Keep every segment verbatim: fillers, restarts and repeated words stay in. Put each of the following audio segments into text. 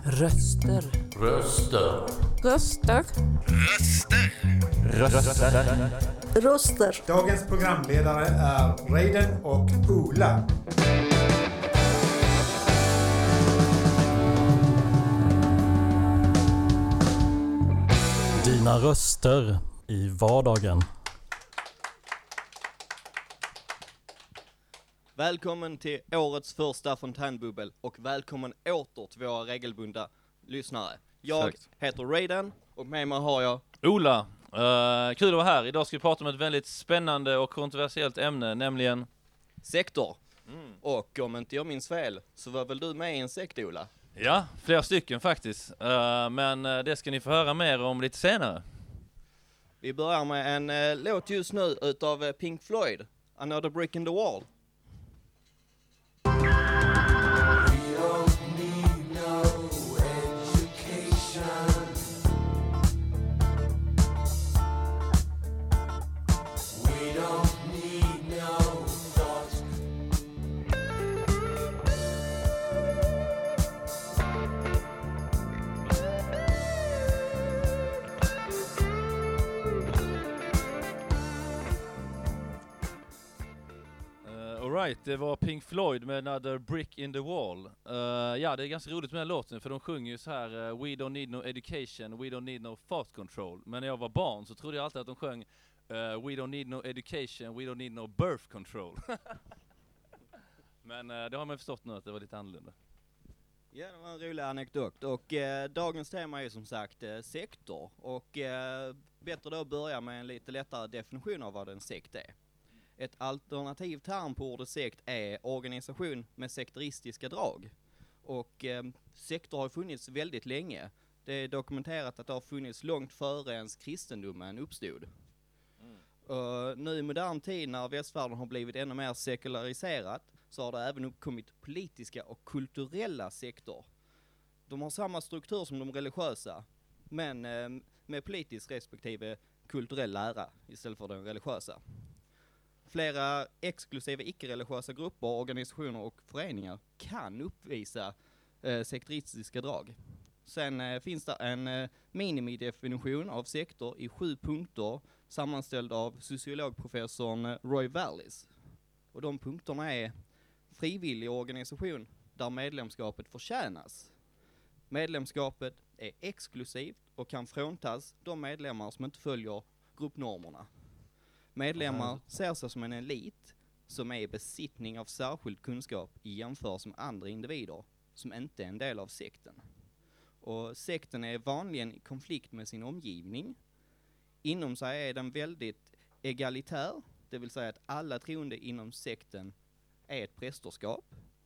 Röster. Röster. Röster. Röster. Röster. Röster. Dagens programledare är Reiden och Ola. Dina röster i vardagen. Välkommen till årets första fontänbubbel och välkommen åter till våra regelbundna lyssnare. Jag Exakt. heter Raiden och med mig har jag Ola, uh, kul att vara här. Idag ska vi prata om ett väldigt spännande och kontroversiellt ämne, nämligen sektor. Mm. Och om inte jag minns fel så var väl du med i en sekt, Ola? Ja, flera stycken faktiskt. Uh, men uh, det ska ni få höra mer om lite senare. Vi börjar med en uh, låt just nu utav uh, Pink Floyd, Another Brick in the Wall. Right, det var Pink Floyd med Another Brick in the Wall. Uh, ja, det är ganska roligt med den låten för de sjunger ju så här uh, We don't need no education, we don't need no thought control. Men när jag var barn så trodde jag alltid att de sjöng uh, We don't need no education, we don't need no birth control. Men uh, det har man förstått nu att det var lite annorlunda. Ja, det var en rolig anekdot. Och eh, dagens tema är som sagt eh, sektor. Och eh, bättre då att börja med en lite lättare definition av vad en sekt är. Ett alternativ term på ordet sekt är organisation med sekteristiska drag. Och eh, sektor har funnits väldigt länge. Det är dokumenterat att det har funnits långt före ens kristendomen uppstod. Mm. Uh, nu i modern tid när västvärlden har blivit ännu mer sekulariserat så har det även uppkommit politiska och kulturella sektor. De har samma struktur som de religiösa, men eh, med politisk respektive kulturell lära istället för den religiösa. Flera exklusiva icke-religiösa grupper, organisationer och föreningar kan uppvisa eh, sekteristiska drag. Sen eh, finns det en eh, minimidefinition av sektor i sju punkter sammanställd av sociologprofessorn Roy Vallis. Och de punkterna är frivillig organisation där medlemskapet förtjänas. Medlemskapet är exklusivt och kan fråntas de medlemmar som inte följer gruppnormerna. Medlemmar ser sig som en elit som är i besittning av särskild kunskap i jämförelse med andra individer som inte är en del av sekten. Och sekten är vanligen i konflikt med sin omgivning. Inom sig är den väldigt egalitär, det vill säga att alla troende inom sekten är ett prästerskap.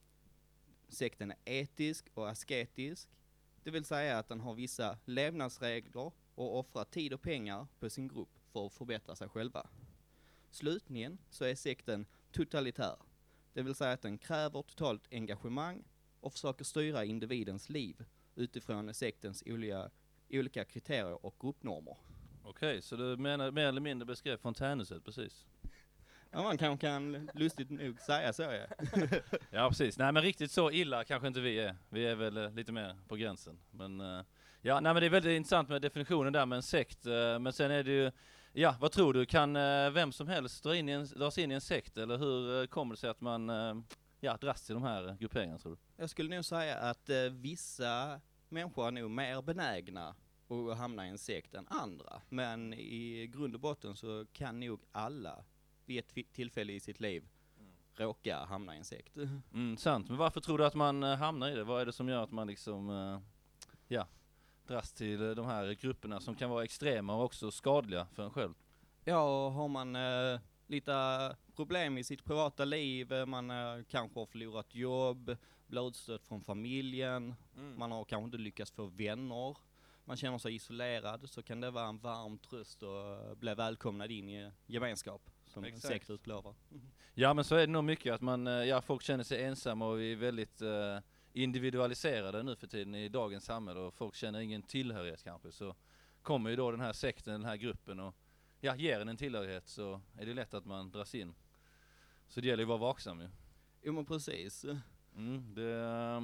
Sekten är etisk och asketisk, det vill säga att den har vissa levnadsregler och offrar tid och pengar på sin grupp för att förbättra sig själva. Slutligen så är sekten totalitär, det vill säga att den kräver totalt engagemang och försöker styra individens liv utifrån sektens olika, olika kriterier och gruppnormer. Okej, så du menar mer eller mindre beskrev fontänhuset, precis? Ja, man kan, kan lustigt nog säga så, ja. Ja, precis. Nej, men riktigt så illa kanske inte vi är. Vi är väl uh, lite mer på gränsen. Men uh, ja, nej, men det är väldigt intressant med definitionen där med en sekt. Uh, men sen är det ju, ja, vad tror du? Kan uh, vem som helst dra in i en, dras in i en sekt? Eller hur uh, kommer det sig att man uh, ja, dras till de här uh, grupperingarna, tror du? Jag skulle nog säga att uh, vissa människor är nog mer benägna att hamna i en sekt än andra. Men i grund och botten så kan nog alla vid ett tillfälle i sitt liv mm. råka hamna i en sekt. Mm, sant. Men varför tror du att man uh, hamnar i det? Vad är det som gör att man liksom uh, ja, dras till uh, de här grupperna som kan vara extrema och också skadliga för en själv? Ja, har man uh, lite problem i sitt privata liv, man uh, kanske har förlorat jobb, blir utstött från familjen, mm. man har kanske inte lyckats få vänner, man känner sig isolerad, så kan det vara en varm tröst och bli välkomnad in i gemenskap. Som en sekt utlovar. Mm. Ja, men så är det nog mycket att man, ja, folk känner sig ensamma och vi är väldigt uh, individualiserade nu för tiden i dagens samhälle och folk känner ingen tillhörighet kanske. Så kommer ju då den här sekten, den här gruppen och ja, ger en en tillhörighet så är det lätt att man dras in. Så det gäller ju att vara vaksam ju. Jo, men precis. Mm, det,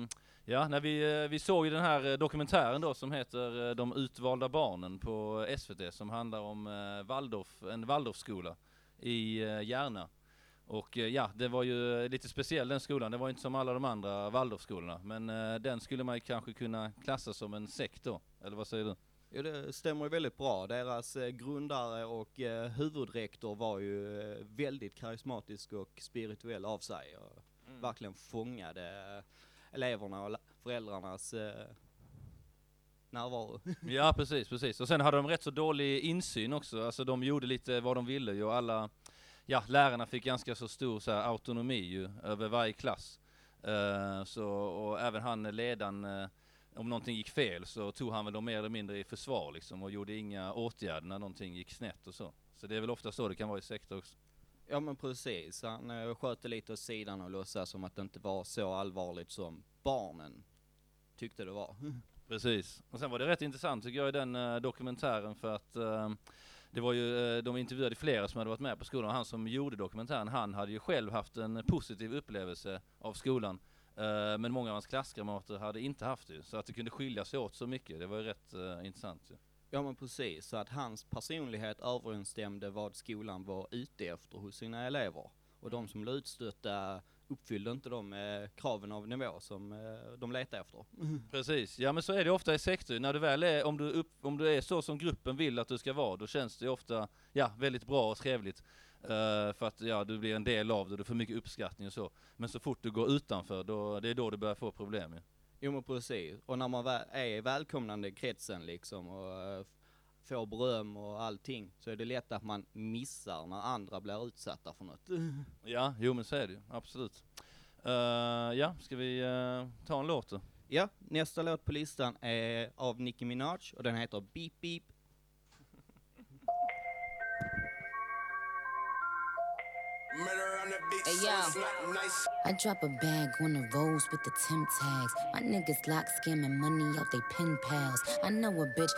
Ja, när vi, vi såg ju den här dokumentären då som heter De utvalda barnen på S V T, som handlar om Waldorf, en Waldorfskola i Järna. Och ja, det var ju lite speciell den skolan. Det var inte som alla de andra Waldorfskolorna, men den skulle man kanske kunna klassa som en sekt då. Eller vad säger du? Ja, det stämmer ju väldigt bra. Deras eh, grundare och eh, huvudrektor var ju eh, väldigt karismatisk och spirituell av sig. Och mm. verkligen fångade eh, eleverna och la- föräldrarnas eh, närvaro. Ja, precis, precis. Och sen hade de rätt så dålig insyn också. Alltså de gjorde lite vad de ville ju. Och alla, ja, lärarna fick ganska så stor så här, autonomi ju, över varje klass. Uh, så, och även han ledaren, uh, om någonting gick fel så tog han väl dem mer eller mindre i försvar liksom, och gjorde inga åtgärder när någonting gick snett och så. Så det är väl ofta så det kan vara i sektor också. Ja, men precis. Han eh, sköt lite åt sidan och låtsas som att det inte var så allvarligt som barnen tyckte det var. Precis. Och sen var det rätt intressant tycker jag i den uh, dokumentären, för att uh, det var ju, uh, de intervjuade flera som hade varit med på skolan. Han som gjorde dokumentären, han hade ju själv haft en positiv upplevelse av skolan. Uh, men många av hans klasskamrater hade inte haft det. Så att det kunde skilja sig åt så mycket, det var ju rätt uh, intressant. Ja. Ja, men precis. Så att hans personlighet överensstämde vad skolan var ute efter hos sina elever. Och de som blev utstötta uppfyllde inte de eh, kraven av nivå som eh, de letade efter. Precis, ja men så är det ofta i sektor. När du väl är, om du, upp, om du är så som gruppen vill att du ska vara, då känns det ofta ja, väldigt bra och trevligt. Uh, för att ja, du blir en del av det, du får mycket uppskattning och så. Men så fort du går utanför, då, det är då du börjar få problem. Ja. Jo, men precis. Och när man väl är i välkomnande kretsen liksom och uh, får beröm och allting, så är det lätt att man missar när andra blir utsatta för något. Ja, jo men så är det ju, absolut. Uh, ja, ska vi uh, ta en låt då? Ja, nästa låt på listan är av Nicki Minaj och den heter Beep Beep. Hey yo, I drop a bag on the roads with the Tim tags. My niggas lock scamming money out they pen pals. I know a bitch.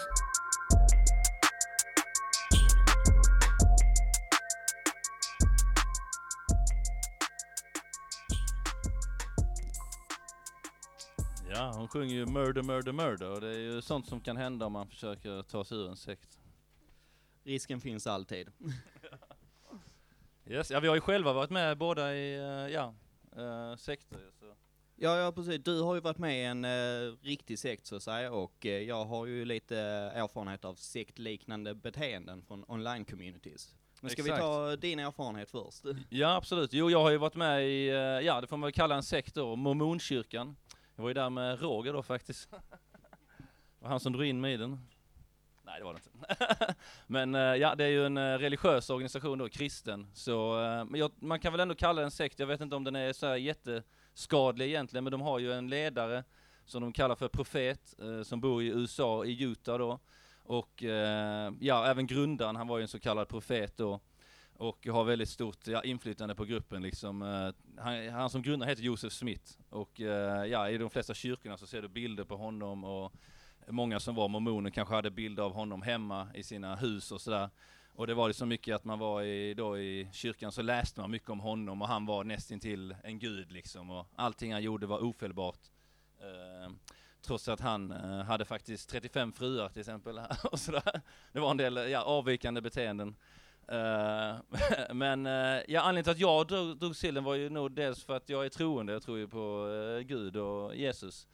Ja, hon sjunger ju murder, murder, murder, och det är ju sånt som kan hända om man försöker ta sig ur en sekt. Risken finns alltid. Yes, ja, vi har ju själva varit med båda i uh, ja, uh, sekter. Så. Ja, ja, precis. Du har ju varit med i en uh, riktig sekt så att säga, och uh, jag har ju lite uh, erfarenhet av sektliknande beteenden från online-communities. Men ska Exakt. vi ta din erfarenhet först? Ja, absolut. Jo, jag har ju varit med i, uh, ja det får man väl kalla en sekt då, Mormonkyrkan. Jag var ju där med Roger då faktiskt. Det var han som drog in mig i den. Nej, det var det inte. Men uh, ja, det är ju en uh, religiös organisation då, kristen. Så uh, men jag, man kan väl ändå kalla den en sekt. Jag vet inte om den är så här jätteskadlig egentligen, men de har ju en ledare som de kallar för profet, uh, som bor i U S A, i Utah då. Och uh, ja, även grundaren, han var ju en så kallad profet då. Och har väldigt stort ja, inflytande på gruppen liksom. Uh, han, han som grundare heter Joseph Smith. Och uh, ja, i de flesta kyrkorna så ser du bilder på honom, och många som var mormoner kanske hade bilder av honom hemma i sina hus och sådär. Och det var det så mycket att man var i, då i kyrkan så läste man mycket om honom, och han var nästintill en gud liksom. Och allting han gjorde var ofelbart. Uh, trots att han uh, hade faktiskt trettiofem fruar till exempel. Och sådär. Det var en del ja, avvikande beteenden. Uh, men uh, ja, anledningen till att jag drog, drog till den var ju nog dels för att jag är troende. Jag tror ju på uh, Gud och Jesus.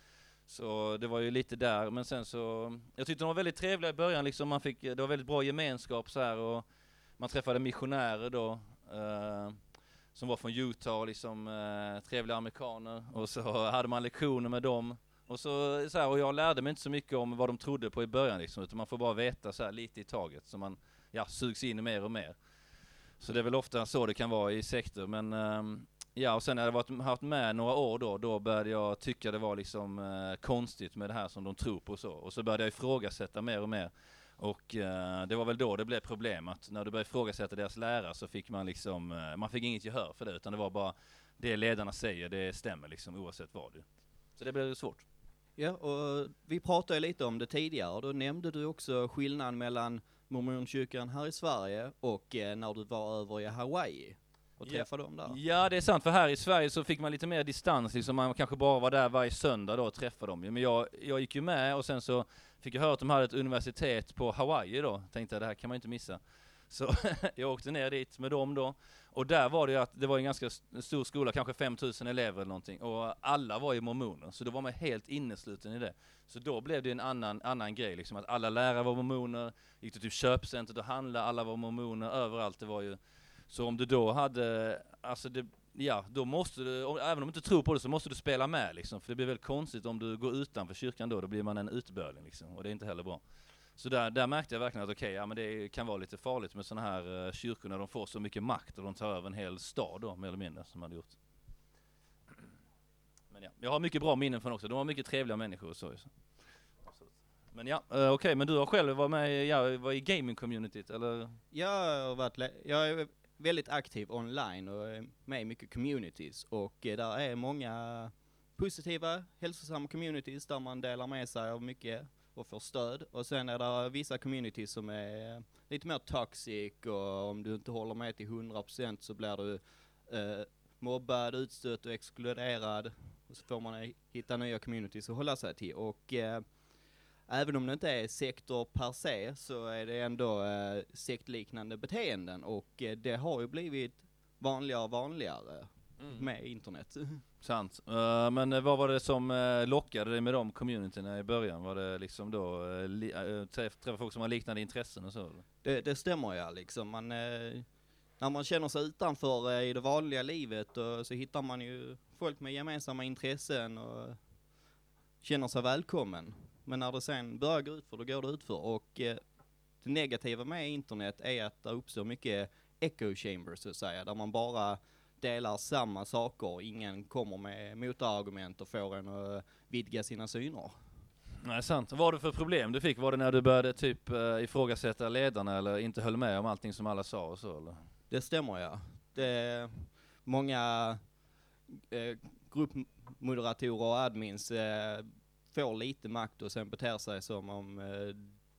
Så det var ju lite där, men sen så, jag tyckte de var väldigt trevliga i början liksom. Man fick, det var väldigt bra gemenskap så här, och man träffade missionärer då uh, som var från Utah, liksom uh, trevliga amerikaner, och så hade man lektioner med dem. Och så, så här, och jag lärde mig inte så mycket om vad de trodde på i början liksom, utan man får bara veta så här lite i taget, så man ja, sugs in mer och mer. Så det är väl ofta så det kan vara i sektor, men um, ja, och sen när jag varit, haft med några år då, då började jag tycka det var liksom uh, konstigt med det här som de tror på och så. Och så började jag ifrågasätta mer och mer. Och uh, det var väl då det blev problem, att när du började ifrågasätta deras lära så fick man liksom, uh, man fick inget gehör för det, utan det var bara det ledarna säger, det stämmer liksom oavsett vad det. Så det blev svårt. Ja, och vi pratade lite om det tidigare, och då nämnde du också skillnaden mellan Mormonkyrkan här i Sverige och eh, när du var över i Hawaii. och träffa ja. dem där. Ja, det är sant, för här i Sverige så fick man lite mer distans, liksom man kanske bara var där varje söndag då och träffade dem. Men jag, jag gick ju med och sen så fick jag höra att de hade ett universitet på Hawaii då. Tänkte jag, det här kan man ju inte missa. Så jag åkte ner dit med dem då. Och där var det ju att det var en ganska stor skola, kanske fem tusen elever eller någonting. Och alla var ju mormoner, så då var man helt innesluten i det. Så då blev det en annan, annan grej, liksom att alla lärare var mormoner. Gick du till köpcentret och handlade, alla var mormoner överallt. Det var ju... Så om du då hade, alltså det, ja, då måste du, om, även om du inte tror på det så måste du spela med liksom. För det blir väldigt konstigt om du går utanför kyrkan då, då blir man en utbörling liksom. Och det är inte heller bra. Så där, där märkte jag verkligen att okej, okay, ja men det kan vara lite farligt med sådana här uh, kyrkor när de får så mycket makt och de tar över en hel stad då, mer eller mindre, som de hade gjort. Men ja, jag har mycket bra minnen från också. De var mycket trevliga människor och så. Men ja, uh, okej, okay, men du har själv varit med ja, var i gaming-communityt, eller? Jag har varit, jag är väldigt aktiv online och är med i mycket communities. Och eh, där är många positiva, hälsosamma communities där man delar med sig av mycket och får stöd. Och sen är det vissa communities som är lite mer toxic, och om du inte håller med till hundra procent så blir du eh, mobbad, utstött och exkluderad. Och så får man hitta nya communities att hålla sig till. Och eh, även om det inte är sektor per se så är det ändå eh, sektliknande beteenden. Och eh, det har ju blivit vanligare och vanligare mm. med internet. Sant. Uh, men vad var det som uh, lockade dig med de communityna i början? Var det liksom då uh, li- uh, träffa folk som har liknande intressen och så? Det, det stämmer ja, liksom. Man, uh, när man känner sig utanför uh, i det vanliga livet uh, så hittar man ju folk med gemensamma intressen och känner sig välkommen. Men när det sen börjar gå ut för, då går det ut för. Och uh, det negativa med internet är att det uppstår mycket echo chambers så att säga, där man bara delar samma saker, ingen kommer med motargument och får en att vidga sina syner. Nej, sant. Vad var det för problem du fick? Var det när du började typ uh, ifrågasätta ledarna eller inte höll med om allting som alla sa och så? Eller? Det stämmer ja. Det är många eh, gruppmoderatorer och admins eh, får lite makt och sen beter sig som om eh,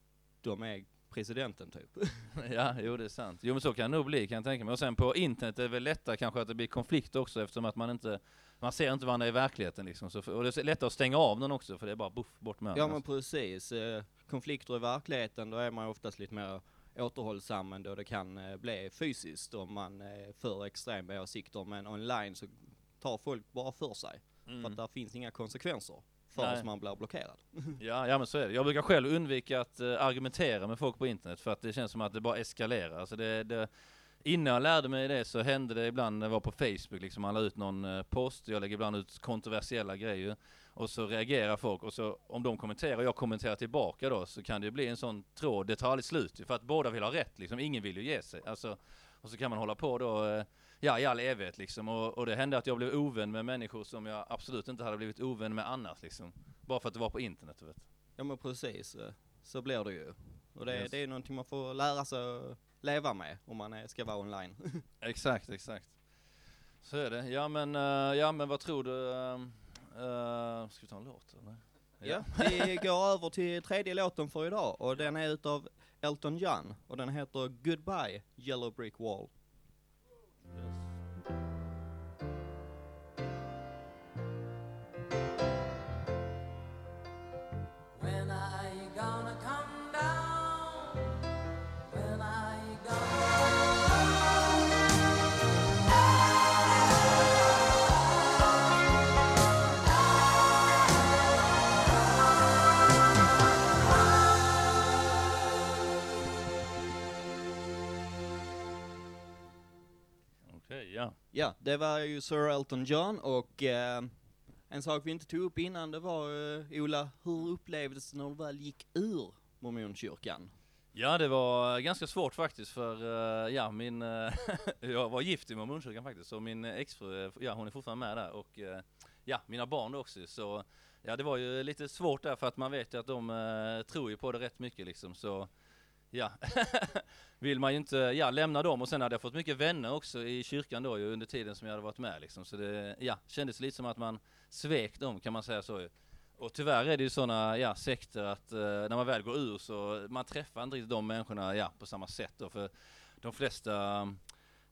de är presidenten typ. Ja, jo det är sant. Jo men så kan det nog bli, kan jag tänka mig. Och sen på internet är det väl lättare kanske att det blir konflikt också, eftersom att man inte, man ser inte varandra i verkligheten liksom. Så för, och det är lättare att stänga av någon också, för det är bara buff, bort med. Ja men precis. Eh, konflikter i verkligheten, då är man oftast lite mer återhållsam än då det kan eh, bli fysiskt om man är eh, för extrema åsikter. Men online så tar folk bara för sig. Mm. För att där finns inga konsekvenser för att man blir blockerad. Ja, ja men så är det. Jag brukar själv undvika att uh, argumentera med folk på internet, för att det känns som att det bara eskalerar. Alltså det, det, innan jag lärde mig det så hände det ibland när jag var på Facebook, liksom man la ut någon uh, post, jag lägger ibland ut kontroversiella grejer och så reagerar folk, och så om de kommenterar och jag kommenterar tillbaka då, så kan det bli en sån tråd, det tar aldrig slut för att båda vill ha rätt liksom, ingen vill ju ge sig. Alltså, och så kan man hålla på då uh, ja, i all evighet liksom, och, och det hände att jag blev ovän med människor som jag absolut inte hade blivit ovän med annars liksom. Bara för att det var på internet, vet. Ja men precis, så blir det ju. Och det, Yes. det är någonting man får lära sig att leva med om man är, ska vara online. Exakt, exakt. Så är det. Ja men, uh, ja, men vad tror du? Uh, uh, ska vi ta en låt eller? Ja, vi går över till tredje låten för idag. Och den är utav Elton John. Och den heter Goodbye Yellow Brick Wall. Yes. When are you gonna come down? When are you gonna Okej, okay, ja. Ja, det var ju Sir Elton John. Och eh, en sak vi inte tog upp innan, det var eh, Ola, hur upplevdes det när du väl gick ur mormonkyrkan? Ja, det var ganska svårt faktiskt, för uh, ja, min uh, jag var gift i mormonkyrkan faktiskt, så min exfru, ja, hon är fortfarande med där, och uh, ja, mina barn också, så ja, det var ju lite svårt där, för att man vet ju att de uh, tror ju på det rätt mycket liksom, så ja, vill man ju inte ja, lämna dem. Och sen hade jag fått mycket vänner också i kyrkan då ju, under tiden som jag hade varit med liksom. Så det ja, kändes lite som att man svek dem, kan man säga så ju. Och tyvärr är det ju sådana ja, sekter att uh, när man väl går ur så man träffar inte riktigt de människorna ja, på samma sätt då, för de flesta um,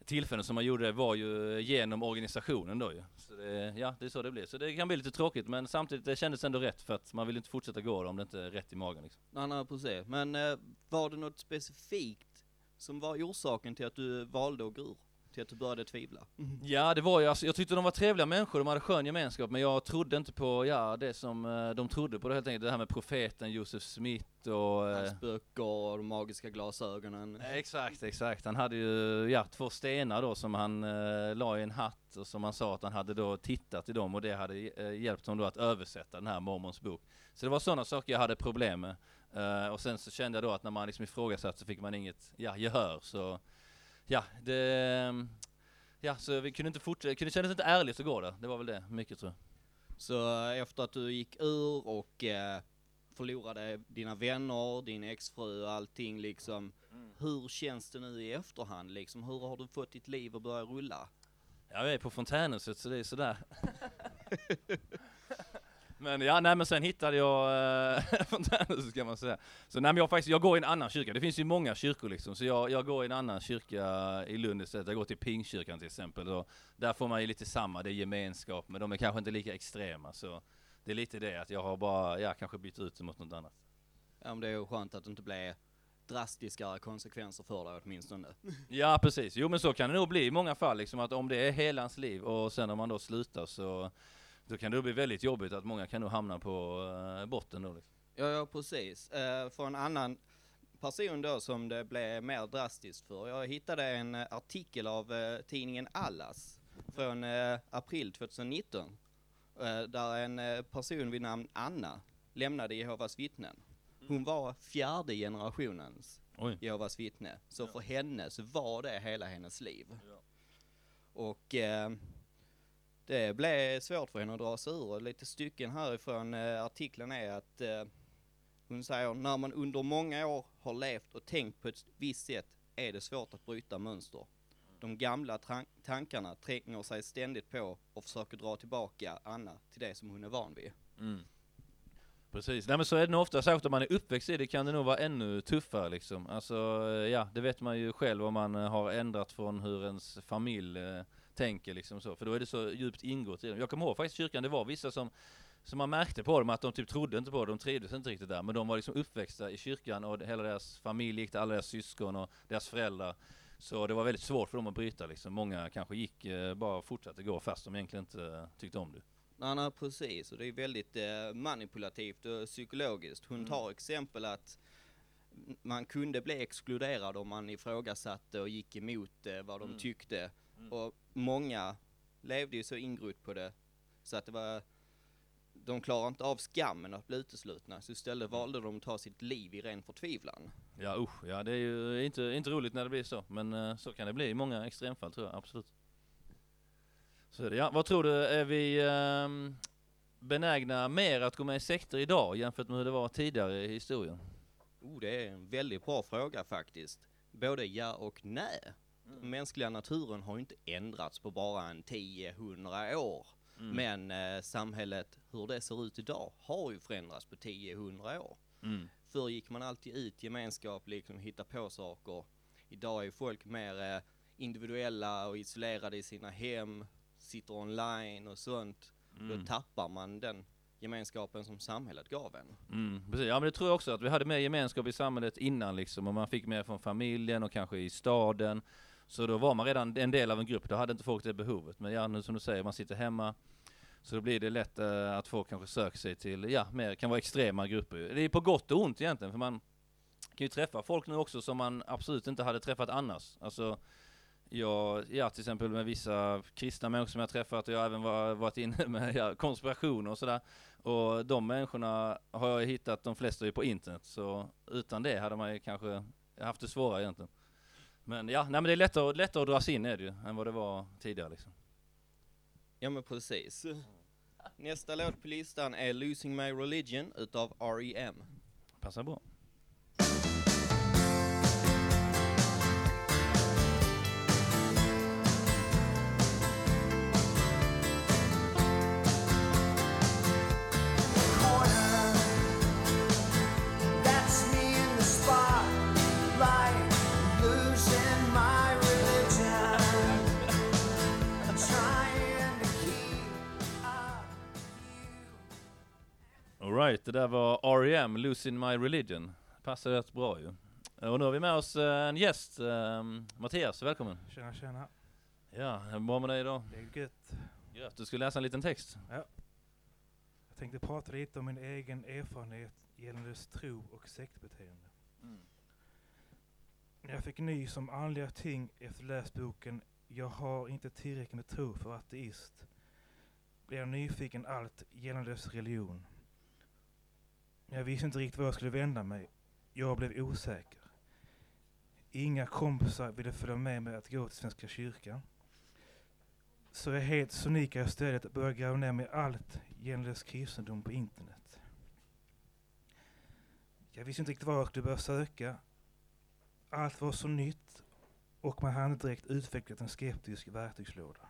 tillfällen som man gjorde det var ju genom organisationen då ju. Så det, ja, det är så det blir. Så det kan bli lite tråkigt, men samtidigt det kändes ändå rätt för att man vill inte fortsätta gå om det inte är rätt i magen liksom. Nej, nej, precis. Men eh, var det något specifikt som var orsaken till att du valde att gå ur? Till att du började tvivla? Mm. Ja, det var ju, alltså, jag tyckte de var trevliga människor, de hade skön gemenskap, men jag trodde inte på, ja, det som uh, de trodde på det helt enkelt, det här med profeten Joseph Smith och... Uh, Hans böcker och de magiska glasögonen. Exakt, exakt. Han hade ju, ja, två stenar då som han uh, la i en hatt och som han sa att han hade då tittat i dem och det hade uh, hjälpt honom då att översätta den här Mormons bok. Så det var sådana saker jag hade problem med. Uh, och sen så kände jag då att när man liksom ifrågasatt så fick man inget, ja, gehör, så... Ja, det, ja, så vi kunde inte fortsätta, kunde kännas inte ärligt att gå där. Det var väl det, mycket tror jag. Så efter att du gick ur och eh, förlorade dina vänner, din exfru och allting liksom, mm. hur känns det nu i efterhand liksom? Hur har du fått ditt liv att börja rulla? Ja, jag är på Fontänhuset så det är sådär. Men ja, nej men sen hittade jag äh, Fontänhuset kan man säga. Så nej men jag faktiskt, jag går i en annan kyrka. Det finns ju många kyrkor liksom. Så jag, jag går i en annan kyrka i Lund istället. Jag går till Pingstkyrkan till exempel. Och där får man ju lite samma, det är gemenskap. Men de är kanske inte lika extrema. Så det är lite det att jag har bara, ja kanske bytt ut det mot något annat. Ja men det är ju skönt att det inte blir drastiskare konsekvenser för dig åtminstone. Ja precis, jo men så kan det nog bli i många fall liksom. Att om det är hela ens liv och sen om man då slutar så... Då kan det bli väldigt jobbigt att många kan nog hamna på uh, botten då. Liksom. Ja, ja, precis. Uh, för en annan person då som det blev mer drastiskt för. Jag hittade en uh, artikel av uh, tidningen Allas från uh, april tjugonitton. Uh, där en uh, person vid namn Anna lämnade Jehovas vittnen. Hon var fjärde generationens Oj. Jehovas vittne. Så ja. För henne så var det hela hennes liv. Ja. Och... Uh, Det blev svårt för henne att dra sig ur. Lite stycken härifrån eh, artikeln är att eh, hon säger när man under många år har levt och tänkt på ett visst sätt är det svårt att bryta mönster. De gamla tra- tankarna tränger sig ständigt på och försöker dra tillbaka Anna till det som hon är van vid. Mm. Precis. Nej men så är det nog ofta, särskilt om man är uppväxt i det kan det nog vara ännu tuffare liksom. Alltså ja, det vet man ju själv om man har ändrat från hur ens familj eh, tänker liksom så. För då är det så djupt ingått i dem. Jag kommer ihåg faktiskt kyrkan, det var vissa som som man märkte på dem att de typ trodde inte på det, de trivdes inte riktigt där. Men de var liksom uppväxta i kyrkan och hela deras familj gick till alla deras syskon och deras föräldrar. Så det var väldigt svårt för dem att bryta liksom. Många kanske gick eh, bara fortsatte gå fast de egentligen inte eh, tyckte om det. Nej, nej, precis. Och det är väldigt eh, manipulativt och psykologiskt. Hon tar mm. exempel att man kunde bli exkluderad om man ifrågasatte och gick emot eh, vad de mm. tyckte. Mm. Och många levde ju så ingrott på det så att det var, de klarade inte av skammen att bli uteslutna. Så istället valde de att ta sitt liv i ren förtvivlan. Ja, usch, ja det är ju inte, inte roligt när det blir så. Men uh, så kan det bli i många extremfall tror jag, absolut. Så är det, ja. Vad tror du, är vi um, benägna mer att gå med i sekter idag jämfört med hur det var tidigare i historien? Oh, det är en väldigt bra fråga faktiskt. Både ja och nej. Mm. Den mänskliga naturen har ju inte ändrats på bara en tio hundra år. Mm. Men eh, samhället, hur det ser ut idag, har ju förändrats på tio hundra år. Mm. Förr gick man alltid ut gemenskap, liksom hitta på saker. Idag är folk mer eh, individuella och isolerade i sina hem, sitter online och sånt. Mm. Då tappar man den gemenskapen som samhället gav en. Mm, precis. Ja, men det tror jag också att vi hade mer gemenskap i samhället innan liksom, och man fick mer från familjen och kanske i staden. Så då var man redan en del av en grupp, då hade inte folk det behovet. Men ja, nu som du säger, man sitter hemma, så då blir det lätt uh, att folk kanske söker sig till, ja, mer, kan vara extrema grupper. Det är på gott och ont egentligen, för man kan ju träffa folk nu också som man absolut inte hade träffat annars. Alltså, jag, ja, till exempel med vissa kristna människor som jag träffat, och jag har även var, varit inne med ja, konspirationer och sådär. Och de människorna har jag hittat, de flesta är på internet, så utan det hade man ju kanske haft det svårare egentligen. Men ja, nej, men det är lättare, lättare att dras in är det ju, än vad det var tidigare liksom. Ja men precis. Nästa låt på listan är Losing My Religion utav R E M. Passar bra. Spotlight, losing my religion. All right, det där var R E M, Losing My Religion. Passar rätt bra ju. Och nu har vi med oss eh, en gäst, eh, Mattias, välkommen. Tjena, tjena. Ja, hur mår med dig idag? Det är gött. Gött, du skulle läsa en liten text. Jag tänkte prata lite om min egen erfarenhet gällande tro och sektbeteende. Mm. När jag fick ny som andliga ting efter läsboken Jag har inte tillräckligt med tro för ateist blev jag nyfiken allt gällande dess religion. Jag visste inte riktigt var jag skulle vända mig. Jag blev osäker. Inga kompisar ville följa med mig att gå till Svenska kyrkan. Så jag helt sonika istället började gräva ner med allt gällande dess kristendom på internet. Jag visste inte riktigt var jag skulle börja söka. Allt var så nytt och man hade direkt utvecklat en skeptisk verktygslåda.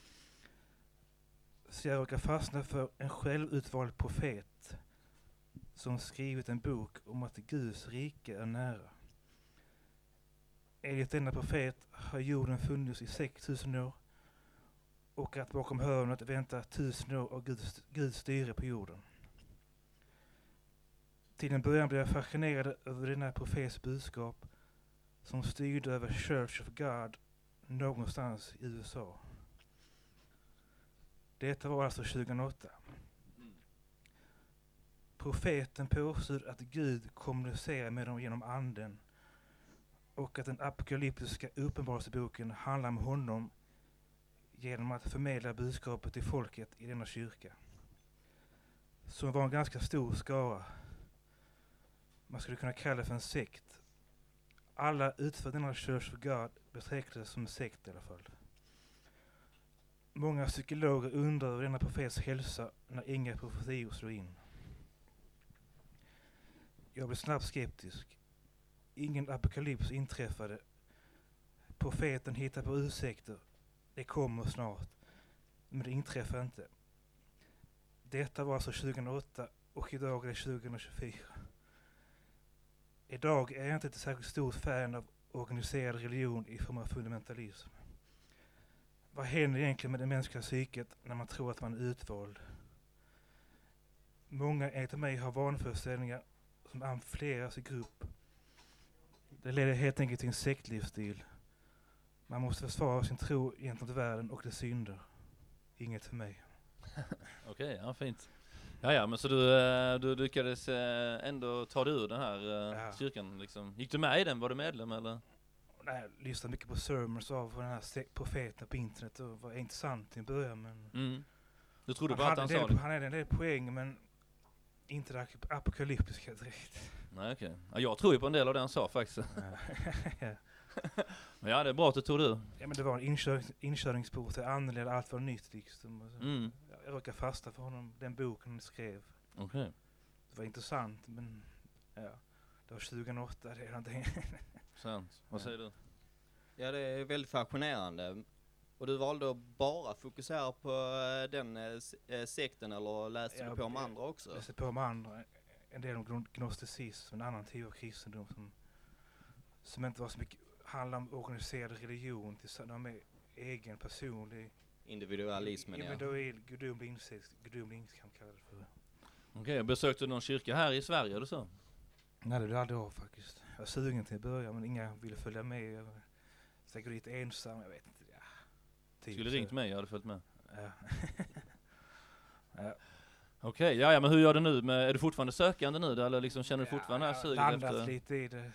Så jag råkade fastna för en självutvald profet som skrivit en bok om att Guds rike är nära. Enligt denna profet har jorden funnits i sex tusen år och att bakom hörnet väntar tusen år av Guds, Guds styre på jorden. Till en början blev jag fascinerad över denna profets budskap som styrde över Church of God någonstans i U S A. Detta var alltså tjugohundraåtta. Profeten påstod att Gud kommunicerar med dem genom anden och att den apokalyptiska uppenbarelseboken handlar om honom genom att förmedla budskapet till folket i denna kyrka. Som var en ganska stor skara. Man skulle kunna kalla det för en sekt. Alla utanför denna Church of God betraktades som en sekt i alla fall. Många psykologer undrar över denna profets hälsa när inga profetior slår in. Jag blev snabbt skeptisk. Ingen apokalyps inträffade. Profeten hittade på ursäkter. Det kommer snart. Men det inträffade inte. Detta var alltså tjugohundraåtta och idag är det tjugohundratjugofyra. Idag är jag inte ett särskilt stort fan av organiserad religion i form av fundamentalism. Vad händer egentligen med det mänskliga psyket när man tror att man är utvald? Många enligt mig har vanföreställningar som amplifieras i grupp. Det leder helt enkelt till en sektlivsstil. Man måste försvara sin tro gentemot världen och dess synder. Inget för mig. Okej, okay, ja fint. Ja, ja, men så du, du lyckades ändå ta dig ur den här ja. kyrkan liksom. Gick du med i den? Var du medlem eller? Nej, jag lyssnade mycket på sermons av den här profeten på internet och var intressant i början, men mm. Du trodde bara att han sa det? Han hade en del poäng, men inte det apokalyptiska direkt. Nej, okej. Okay. Ja, jag tror ju på en del av det han sa faktiskt. Ja. Men ja, det är bra att du tog det. Ja, men det var en inkörnings- inkörningsbok till annorlunda, allt var nytt liksom. Mm. Jag råkade fasta för honom, den boken han skrev. Okej. Okay. Det var intressant, men ja, det var tjugohundraåtta, det är någonting. Sant. Vad säger du? Ja, det är väldigt fascinerande. Och du valde att bara fokusera på den äh, sekten, eller läste ja, du på om andra också? Jag läste på om andra. En del om gnosticism, en annan typ av kristendom som, som inte var så mycket handlar om organiserad religion till med egen personlig individualismen. Individuell ja. gudomlig insikt, gudomlig insikt kan man kalla det för. Okej, okay, besökte du någon kyrka här i Sverige eller så? Nej, det blev aldrig av faktiskt. Jag var sugen till att börja, men inga ville följa med. Jag så jag går dit ensam, jag vet inte. Ja, typ skulle ringt mig, jag hade följt med. Ja. Ja. Okej, okay, ja, ja, men hur gör du nu? Med, är du fortfarande sökande nu? Eller liksom känner du fortfarande ja, här sugen efter? Jag har landat efter... lite i det.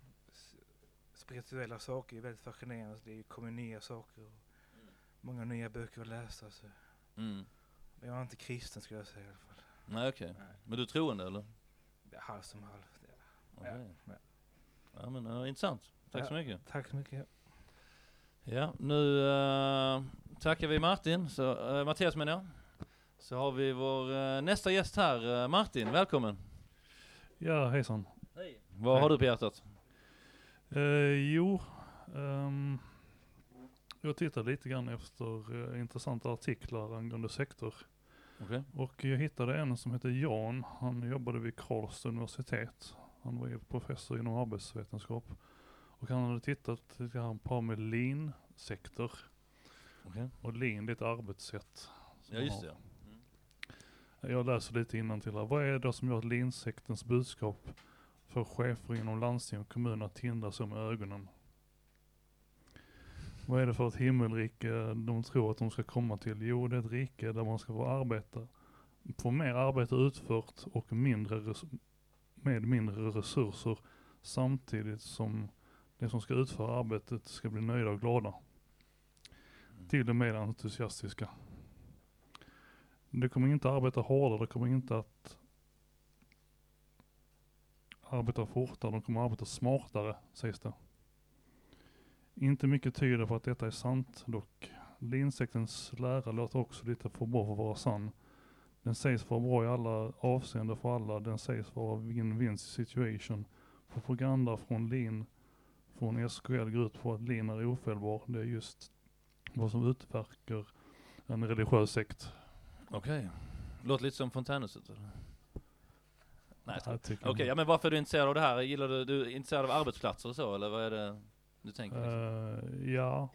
Spirituella saker är väldigt fascinerande. Det kommer nya saker. Och mm. Många nya böcker att läsa. Så. Mm. Men jag är inte kristen skulle jag säga i alla fall. Nej, okej. Okay. Men du är troende eller? Ja, halv som halv. Ja. Okay. Ja. Ja. Ja, men uh, intressant. Tack ja, så mycket. Tack så mycket. Ja, nu uh, tackar vi Martin. Så, uh, Mattias menar jag. Så har vi vår uh, nästa gäst här. Uh, Martin, välkommen. Ja, hejsan. Hej. Vad Hej. har du på hjärtat? Uh, jo, um, jag tittar lite grann efter uh, intressanta artiklar angående sektor. Okay. Och jag hittade en som heter Jan. Han jobbade vid Karlstad universitet. Han var ju professor inom arbetsvetenskap. Och han hade tittat lite grann på med lean-sektor. Okay. Och lean är ett arbetssätt. Ja, just det. Jag läser lite innantill här. Vad är det då som gör att lean-sektens budskap för chefer inom landsting och kommuner tindrar så med ögonen? Vad är det för ett himmelrike de tror att de ska komma till? Jo, det är ett rike där man ska få arbeta, få mer arbete utfört och mindre res- med mindre resurser, samtidigt som de som ska utföra arbetet ska bli nöjda och glada. Till och med entusiastiska. Det kommer inte att arbeta hårdare, det kommer inte att arbeta fortare, de kommer att arbeta smartare, sägs det. Inte mycket tyder på att detta är sant dock. Lean-sektens lära låter också lite för bra för att vara sann. Den sägs vara bra i alla avseenden för alla, den sägs vara win-win situation. Propaganda från Lean, från S K L går ut på att Lean är ofelbar. Det är just vad som utverkar en religiös sekt. Okej. Okay. Låter lite som Fontänhuset eller? Nej, jag Okej, okay, ja, men varför är du intresserad av det här? Gillar du, du är intresserad av arbetsplatser och så, eller vad är det du tänker? Liksom? Uh, ja.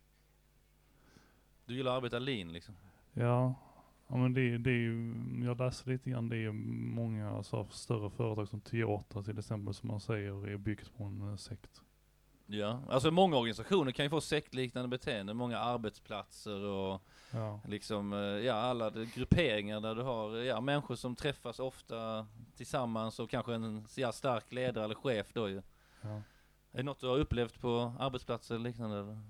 Du gillar att arbeta lean liksom? Ja. Ja, men det, det är ju, jag läser lite grann, det är många alltså, större företag som Toyota till exempel, som man säger är byggt på en uh, sekt. Ja, alltså många organisationer kan ju få sektliknande beteende, många arbetsplatser och ja. liksom, ja, alla grupperingar där du har ja, människor som träffas ofta tillsammans och kanske en ja, stark ledare eller chef då ju. Ja. Är det något du har upplevt på arbetsplatser eller liknande? Eller?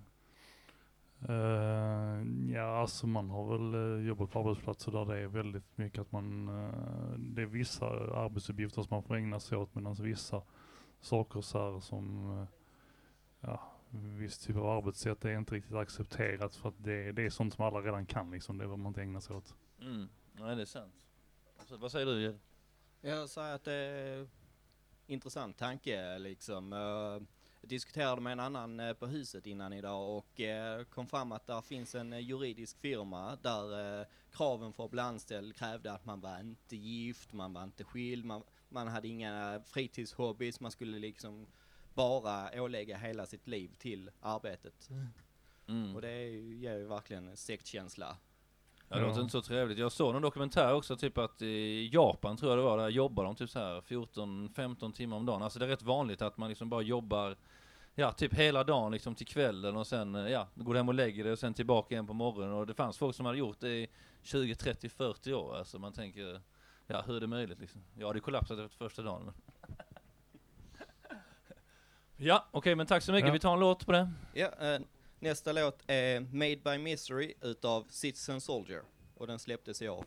Uh, ja, alltså man har väl uh, jobbat på arbetsplatser där det är väldigt mycket att man, uh, det är vissa arbetsuppgifter som man får ägna sig åt, medan vissa saker så här som uh, ja, viss typ av arbetssätt är inte riktigt accepterat för att det, det är sånt som alla redan kan liksom, det är vad man inte ägnar sig åt. Mm, nej det är sant. Alltså, vad säger du? Jag säger att det är intressant tanke liksom. Uh, jag diskuterade med en annan uh, på huset innan idag och uh, kom fram att där finns en uh, juridisk firma där uh, kraven för att bli anställd krävde att man var inte gift, man var inte skild, man, man hade inga fritidshobbies, man skulle liksom bara ålägga hela sitt liv till arbetet. Mm. Och det är ju, ger ju verkligen sektkänsla. Ja, det låter inte så trevligt. Jag såg någon dokumentär också, typ att i Japan tror jag det var, där jobbar de typ så här fjorton femton timmar om dagen. Alltså det är rätt vanligt att man liksom bara jobbar ja, typ hela dagen liksom till kvällen och sen ja, går hem och lägger det och sen tillbaka igen på morgonen. Och det fanns folk som hade gjort det i tjugo, trettio, fyrtio år. Alltså man tänker, ja, hur är det möjligt liksom? Ja, det kollapsade efter första dagen. Men ja, okej, okay, men tack så mycket. Ja. Vi tar en låt på det. Ja, äh, nästa låt är Made by Misery utav Citizen Soldier. Och den släpptes i år.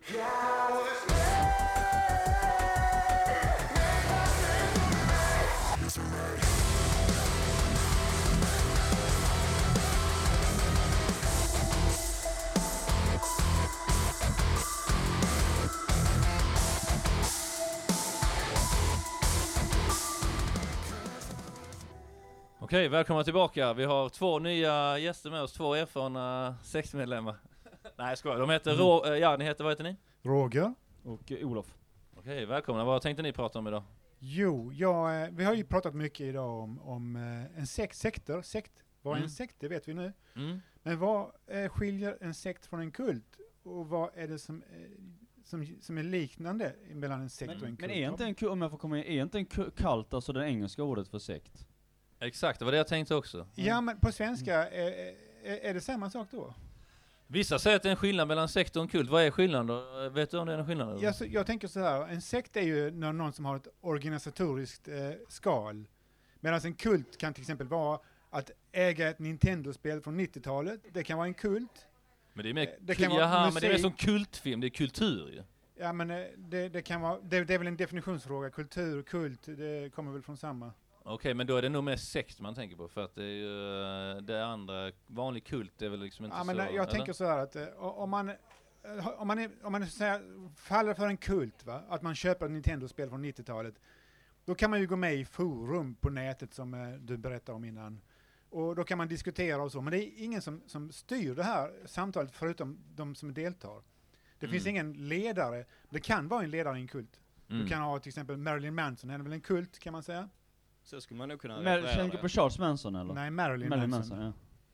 Okej, välkomna tillbaka. Vi har två nya gäster med oss, två erfarna sektmedlemmar. Nej, jag skojar. De heter mm. Rå... Ja, ni heter, vad heter ni? Roger. Och uh, Olof. Okej, välkomna. Vad tänkte ni prata om idag? Jo, ja, vi har ju pratat mycket idag om, om en sekt, sektor. Sekt. Vad är Mm. en sekt? Det vet vi nu. Mm. Men vad eh, skiljer en sekt från en kult? Och vad är det som, eh, som, som är liknande mellan en sekt Men, och en kult? men är inte en kult, om jag får komma in, är inte en ku- kult alltså det engelska ordet för sekt? Exakt, det var det jag tänkte också. Mm. Ja, men på svenska, är, är, är det samma sak då? Vissa säger att det är en skillnad mellan sekt och en kult. Vad är skillnaden då? Vet du om det är en skillnad? Eller? Jag, så, jag tänker så här, en sekt är ju när någon som har ett organisatoriskt eh, skal. Medan en kult kan till exempel vara att äga ett Nintendo-spel från nittiotalet. Det kan vara en kult. Men det är mer, det kul, kan vara jaha, musik. men det är mer som kultfilm, det är kultur ju. Ja, men eh, det, det kan vara, det, det är väl en definitionsfråga. Kultur, kult, det kommer väl från samma. Okej, okay, men då är det nog mer sekt man tänker på, för att det är ju det andra, vanlig kult är väl liksom inte ja, så... Men jag eller? tänker så här att eh, om man eh, om man, är, om man så här, faller för en kult, va? Att man köper ett Nintendo-spel från nittiotalet, då kan man ju gå med i forum på nätet som eh, du berättade om innan. Och då kan man diskutera och så, men det är ingen som, som styr det här samtalet förutom de som deltar. Det Mm. finns ingen ledare, det kan vara en ledare i en kult. Mm. Du kan ha till exempel Marilyn Manson, är det väl en kult kan man säga? Så skulle man nog kunna Men referera tänker det. på Charles Manson eller? Nej, Marilyn, Marilyn Manson. Manson, ja.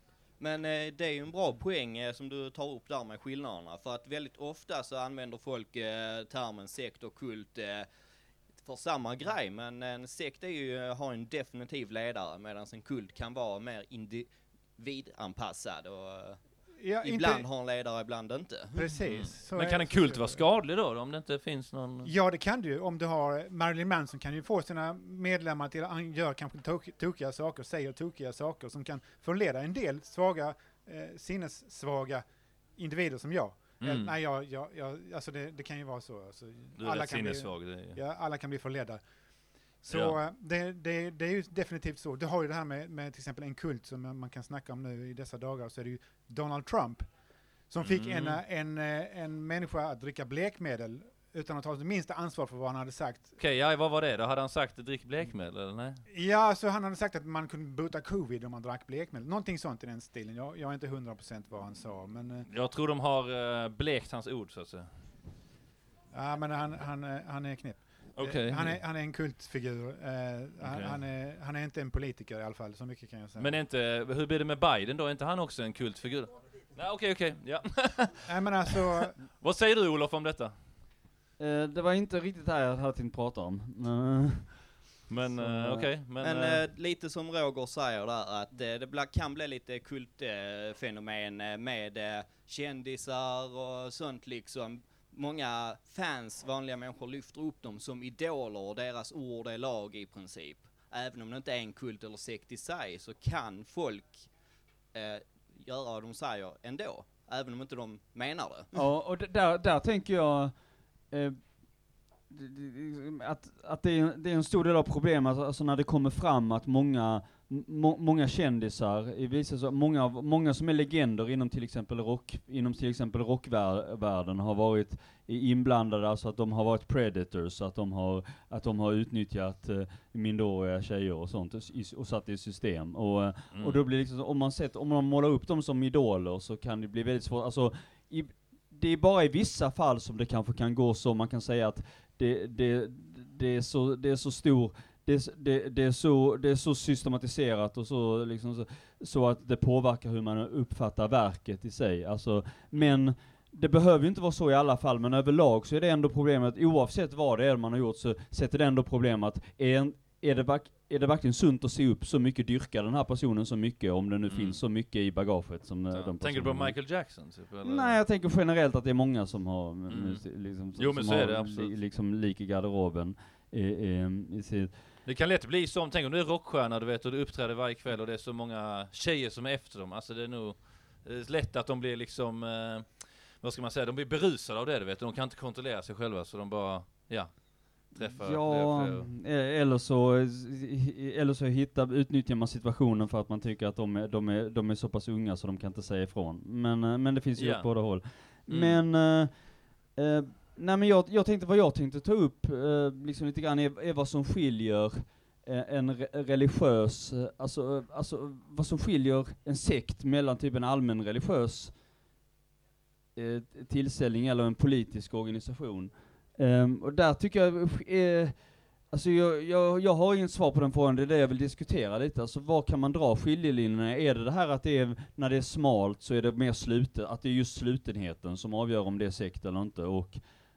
Men eh, det är ju en bra poäng eh, som du tar upp där med skillnaderna. För att väldigt ofta så använder folk eh, termen sekt och kult eh, för samma grej. Men en sekt är ju, har en definitiv ledare, medan en kult kan vara mer individanpassad. Och, eh, Ja, ibland inte... har en ledare, ibland inte. Precis. Mm. Men kan en kult vara skadlig då, om det inte finns någon... Ja, det kan du ju. Om du har Marilyn Manson kan ju få sina medlemmar till att göra kanske tok- tokiga saker, säger tokiga saker som kan förleda en del svaga, eh, sinnessvaga individer som jag. Mm. Eh, nej, jag, jag, jag, alltså det, det kan ju vara så. Alltså, Du är alla rätt kan bli, sinnessvag. Det är... ja, alla kan bli förledda. Så Ja. eh, det, det, det är ju definitivt så. Du har ju det här med, med till exempel en kult som man kan snacka om nu i dessa dagar, så är det ju Donald Trump som fick Mm. en, en, en människa att dricka blekmedel utan att ta det minsta ansvar för vad han hade sagt. Okej, okay, ja, vad var det då? Hade han sagt drick blekmedel eller nej? Ja, så han hade sagt att man kunde bota covid om man drack blekmedel. Någonting sånt i den stilen. Jag, jag är inte hundra procent vad han sa, men... eh, Jag tror de har uh, blekt hans ord så att säga. Ja, men han, han, eh, han är knäpp. Okej. Eh, Han är, han är en kultfigur. Eh, han, Okej. han, är, han är inte en politiker i alla fall, så mycket kan jag säga. Men är inte, hur blir det med Biden då? Är inte han också en kultfigur? Nej, okej, okej. Ja. Nej, men alltså... Vad säger du, Olof, om detta? Eh, det var inte riktigt det jag hade tänkt prata om. Men, Men Så, uh, okej. Men, Men, eh, lite som Roger säger där, att eh, det bla, kan bli lite kultfenomen eh, med eh, kändisar och sånt liksom. Många fans, vanliga människor, lyfter upp dem som idoler och deras ord är lag i princip. Även om det inte är en kult eller sekt i sig, så kan folk eh, göra vad de säger ändå. Även om inte de menar det. ja, och d- där, där tänker jag eh, d- d- att, att det, är, det är en stor del av problemet, alltså när det kommer fram att många må, många kändisar, i vissa så, många, av- många som är legender inom till exempel rock, inom till exempel rockvärlden har varit i- inblandade, alltså att de har varit predators, att de har, att de har utnyttjat eh, minderåriga tjejer och sånt och, s- och satt i system. Och, eh, Mm. och då blir det liksom, så, om man sett, om man målar upp dem som idoler så kan det bli väldigt svårt, alltså i, det är bara i vissa fall som det kanske kan gå så, man kan säga att det, det, det, är, så, det är så stor, det, är- det, det, är så, det är så systematiserat och så, liksom så, så att det påverkar hur man uppfattar verket i sig. Alltså, men det behöver ju inte vara så i alla fall, men överlag så är det ändå problemet, oavsett vad det är man har gjort, så sätter det ändå problemet att är, en- är, det, verk- är det verkligen sunt att se upp så mycket, dyrka den här personen så mycket, om det nu Mm. finns så mycket i bagaget som eh, Ja. de Tänker du på personerna- Michael Jackson? Typ, eller? Nej, jag tänker generellt att det är många som har mm. Mm. liksom, Jo, men som så är har det, absolut. li, liksom lik i garderoben. I, i, i sitt, Det kan lätt bli som, tänk om du är rockstjärna, du vet, och du uppträder varje kväll och det är så många tjejer som är efter dem. Alltså det är nog det är lätt att de blir liksom, eh, vad ska man säga, de blir berusade av det, du vet. De kan inte kontrollera sig själva, så de bara, ja, träffar ja, fler och fler. eh, eller så, eller så hittar, utnyttjar man situationen för att man tycker att de är, de är, de är så pass unga så de kan inte säga ifrån. Men, eh, men det finns ju Ja. åt båda håll. Mm. Men, eh, eh, nej men jag, jag tänkte, vad jag tänkte ta upp, eh, liksom lite grann är, är vad som skiljer eh, en re- religiös, eh, alltså, eh, alltså vad som skiljer en sekt mellan typ en allmän religiös eh, tillställning eller en politisk organisation. Um, och där tycker jag, eh, alltså jag, jag, jag har inget svar på den frågan, det är det jag vill diskutera lite. Alltså var kan man dra skiljelinjerna? Är det det här att det är, när det är smalt så är det mer slutet, att det är just slutenheten som avgör om det är sekt eller inte? Och,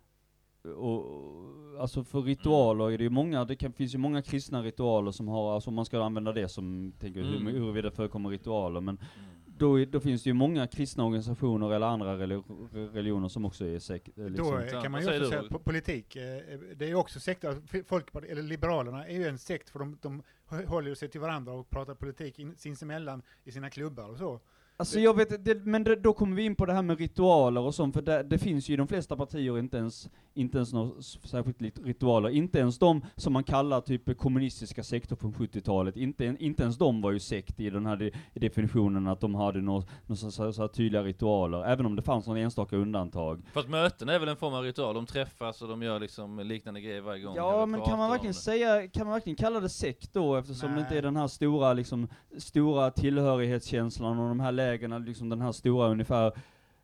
och alltså för ritualer är det ju många, det kan, finns ju många kristna ritualer som har, alltså om man ska använda det som, tänker Mm. hur, huruvida det förekommer ritualer, men Mm. då, är- då finns det ju många kristna organisationer eller andra relig- religioner som också är sekt. eh, Liksom. Då eh, Ja, kan man vad ju säger också du, säga Roger? po- politik, eh, det är ju också sekter, F- Folkpartiet, eller Liberalerna är ju en sekt för de, de hå- håller ju sig till varandra och pratar politik in, sinsemellan i sina klubbar och så. Alltså jag vet, det, men det, då kommer vi in på det här med ritualer och sånt, för det, det finns ju i de flesta partier inte ens, inte ens några s- särskilt lit- ritualer, inte ens de som man kallar typ kommunistiska sektor från sjuttiotalet, inte, en- inte ens de var ju sekt i den här de, i definitionen att de hade några nå, så, så, så här tydliga ritualer, även om det fanns några enstaka undantag. Fast möten är väl en form av ritual, de träffas och de gör liksom liknande grejer varje gång. Ja, Eller men pratar kan man om verkligen det. säga, kan man verkligen kalla det sekt då, eftersom det inte Nej. är den här stora liksom, stora tillhörighetskänslan och de här lägena, liksom den här stora ungefär,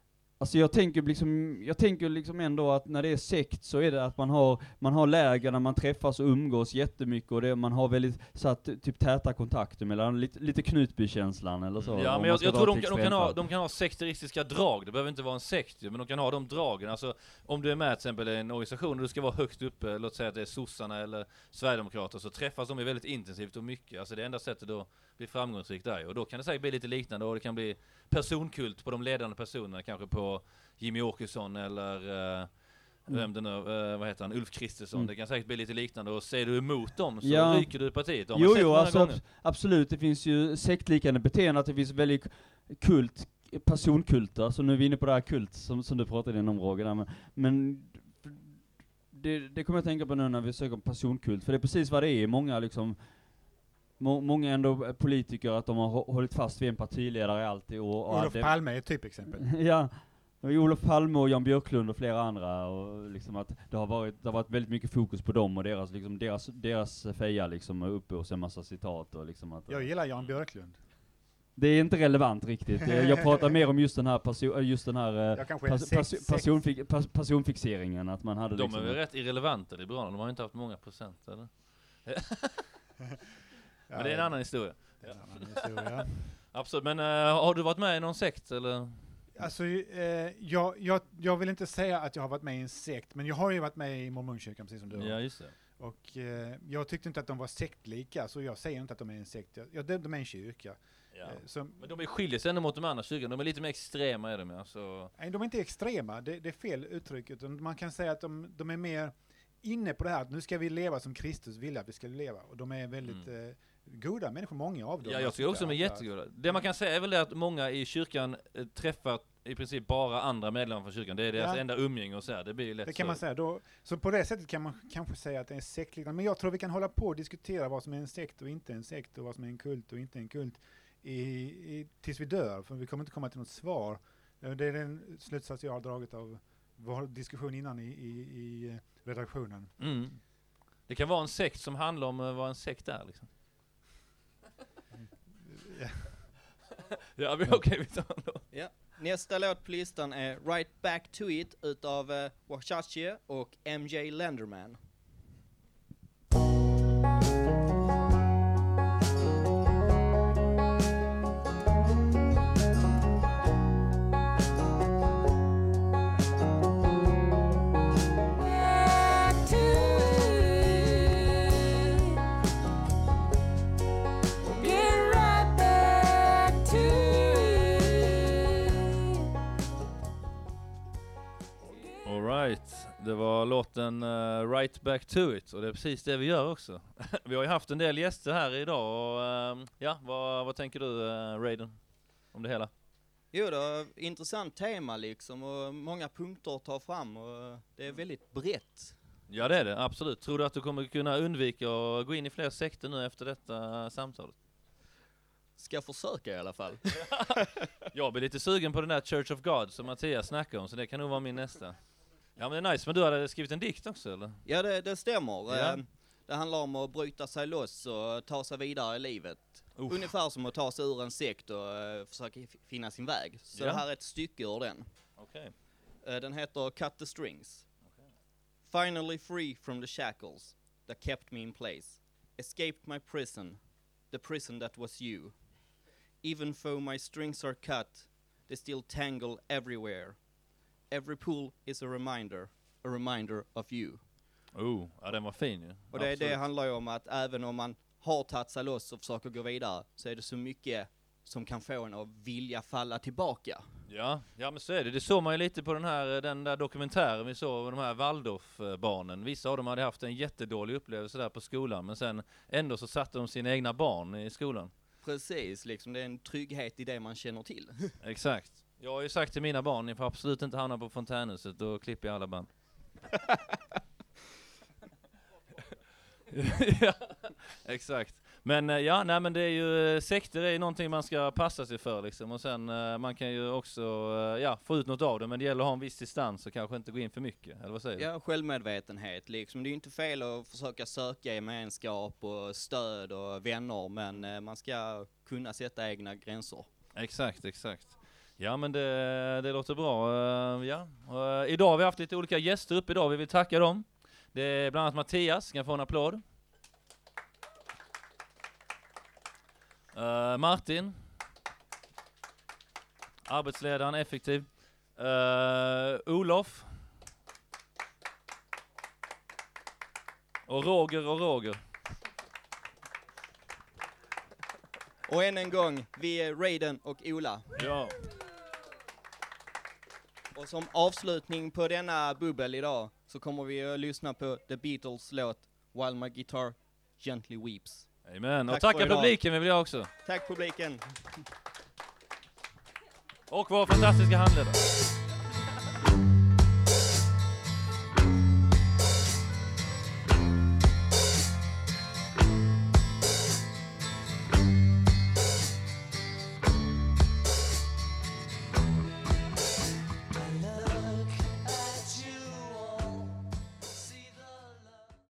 Alltså jag tänker liksom, jag tänker liksom ändå att när det är sekt så är det att man har, man har läger när man träffas och umgås jättemycket och det, man har väldigt så att, typ täta kontakter mellan, lite, lite Knutby-känslan eller så. Ja, men jag, jag tror de, de, kan ha, de kan ha sekteristiska drag, det behöver inte vara en sekt, men de kan ha de dragen. Alltså om du är med till exempel i en organisation och du ska vara högt uppe, låt säga att det är sossarna eller Sverigedemokrater, så träffas de väldigt intensivt och mycket. Alltså det enda sättet att bli framgångsrikt där, och då kan det säkert bli lite liknande, och det kan bli personkult på de ledande personerna, kanske på Jimmy Åkesson eller uh, mm. vem det nu, uh, vad heter han, Ulf Kristersson. Mm. Det kan säkert bli lite liknande, och ser du emot dem så ja. ryker du partiet. De jo, jo, alltså, ab- absolut. Det finns ju sektliknande beteende, att det finns väldigt kult, personkulter, så nu är vi inne på det här kult som, som du pratade om, Roger. Men, men det, det kommer jag tänka på nu när vi söker personkult, för det är precis vad det är. Många liksom Må, många ändå politiker, att de har hållit fast vid en partiledare alltid. Och, och Olof Palme är ett typexempel. Ja, Olof Palme och Jan Björklund och flera andra. Och liksom att det har varit, det har varit väldigt mycket fokus på dem och deras, liksom, deras, deras feja liksom uppe och så en massa citat. Och liksom att, jag gillar Jan Björklund. Det är inte relevant riktigt. Jag pratar mer om just den här, perso- just den här pers- pers- personfix- pers- personfixeringen. Att man hade de liksom är väl rätt irrelevanta, Liberalerna. De har inte haft många procent, eller? Men det är en annan historia. Det är en annan historia. Absolut, men uh, har du varit med i någon sekt eller? Alltså, eh, jag, jag, jag vill inte säga att jag har varit med i en sekt, men jag har ju varit med i Mormonkyrkan precis som du har. Ja, just det. Och eh, jag tyckte inte att de var sektlika, så jag säger inte att de är en sekt. Jag, de är en kyrka. Ja. Eh, så, men de är skiljer sig ändå mot de andra kyrkorna. De är lite mer extrema, är de med. Så. Nej, de är inte extrema. Det, det är fel uttryck. Utan man kan säga att de, de är mer inne på det här att nu ska vi leva som Kristus ville att vi ska leva. Och de är väldigt mm. eh, goda människor, många av dem. Ja, jag tycker också de är jättegoda. Det man kan säga är väl det att många i kyrkan eh, träffar i princip bara andra medlemmar från kyrkan. Det är deras ja. enda umgänge och så här. Det blir lätt det kan så. man säga. Då, så på det sättet kan man kanske säga att det är sektliknande. Men jag tror vi kan hålla på och diskutera vad som är en sekt och inte en sekt, och vad som är en kult och inte en kult i, i, tills vi dör. För vi kommer inte komma till något svar. Det är den slutsats jag har dragit av vår diskussion innan i, i, i redaktionen. Mm. Det kan vara en sekt som handlar om vad en sekt är liksom. Ja. Ja, men okej, okay, vi tar då. Ja. Nästa låt på listan är Right Back To It utav uh, Washachi och M J Lenderman. Det var låten uh, Right Back To It, och det är precis det vi gör också. Vi har ju haft en del gäster här idag och uh, ja, vad, vad tänker du uh, Raiden om det hela? Jo då, intressant tema liksom, och många punkter att ta fram, och det är väldigt brett. Ja, det är det, absolut. Tror du att du kommer kunna undvika att gå in i fler sekter nu efter detta samtalet? Ska försöka i alla fall. Jag blir lite sugen på den där Church of God som Mattias snackar om, så det kan nog vara min nästa. Ja, men det är nice. Men du hade skrivit en dikt också, eller? Ja, det, det stämmer. Ja. Det handlar om att bryta sig loss och ta sig vidare i livet. Uff. Ungefär som att ta sig ur en sekt och uh, försöka finna sin väg. Så ja. det här är ett stycke ur den. Okay. Uh, den heter Cut the Strings. Okay. Finally free from the shackles that kept me in place. Escaped my prison, the prison that was you. Even though my strings are cut, they still tangle everywhere. Every pull is a reminder, a reminder of you. Oh, ja, den var fin ju. Och det, det handlar ju om att även om man har tagit sig loss och försöker gå vidare, så är det så mycket som kan få en att vilja falla tillbaka. Ja, ja men så är det. Det såg man ju lite på den här den där dokumentären vi såg, de här Waldorf-barnen. Vissa av dem hade haft en jättedålig upplevelse där på skolan, men sen ändå så satte de sina egna barn i skolan. Precis, liksom det är en trygghet i det man känner till. Exakt. Jag har ju sagt till mina barn, ni får absolut inte hamna på fontänhuset, då klipper jag alla band. Ja, exakt. Men ja, nej men det är ju, sekter är någonting man ska passa sig för liksom, och sen man kan ju också ja, få ut något av det, men det gäller att ha en viss distans och kanske inte gå in för mycket, eller vad säger du? Ja, självmedvetenhet liksom. Det är ju inte fel att försöka söka gemenskap och stöd och vänner, men man ska kunna sätta egna gränser. Exakt, exakt. Ja, men det, det låter bra. Uh, ja. Uh, idag har vi haft lite olika gäster upp idag. Vi vill tacka dem. Det är bland annat Mattias. Kan få en applåd. Uh, Martin. Arbetsledaren, effektiv. Uh, Olof. Och Roger och Roger. Och än en gång, vi är Raiden och Ola. Ja. Och som avslutning på denna bubbel idag så kommer vi att lyssna på The Beatles låt While My Guitar Gently Weeps. Amen. Tack och tacka för idag. publiken vill jag också. Tack publiken. Och vår fantastiska handledare.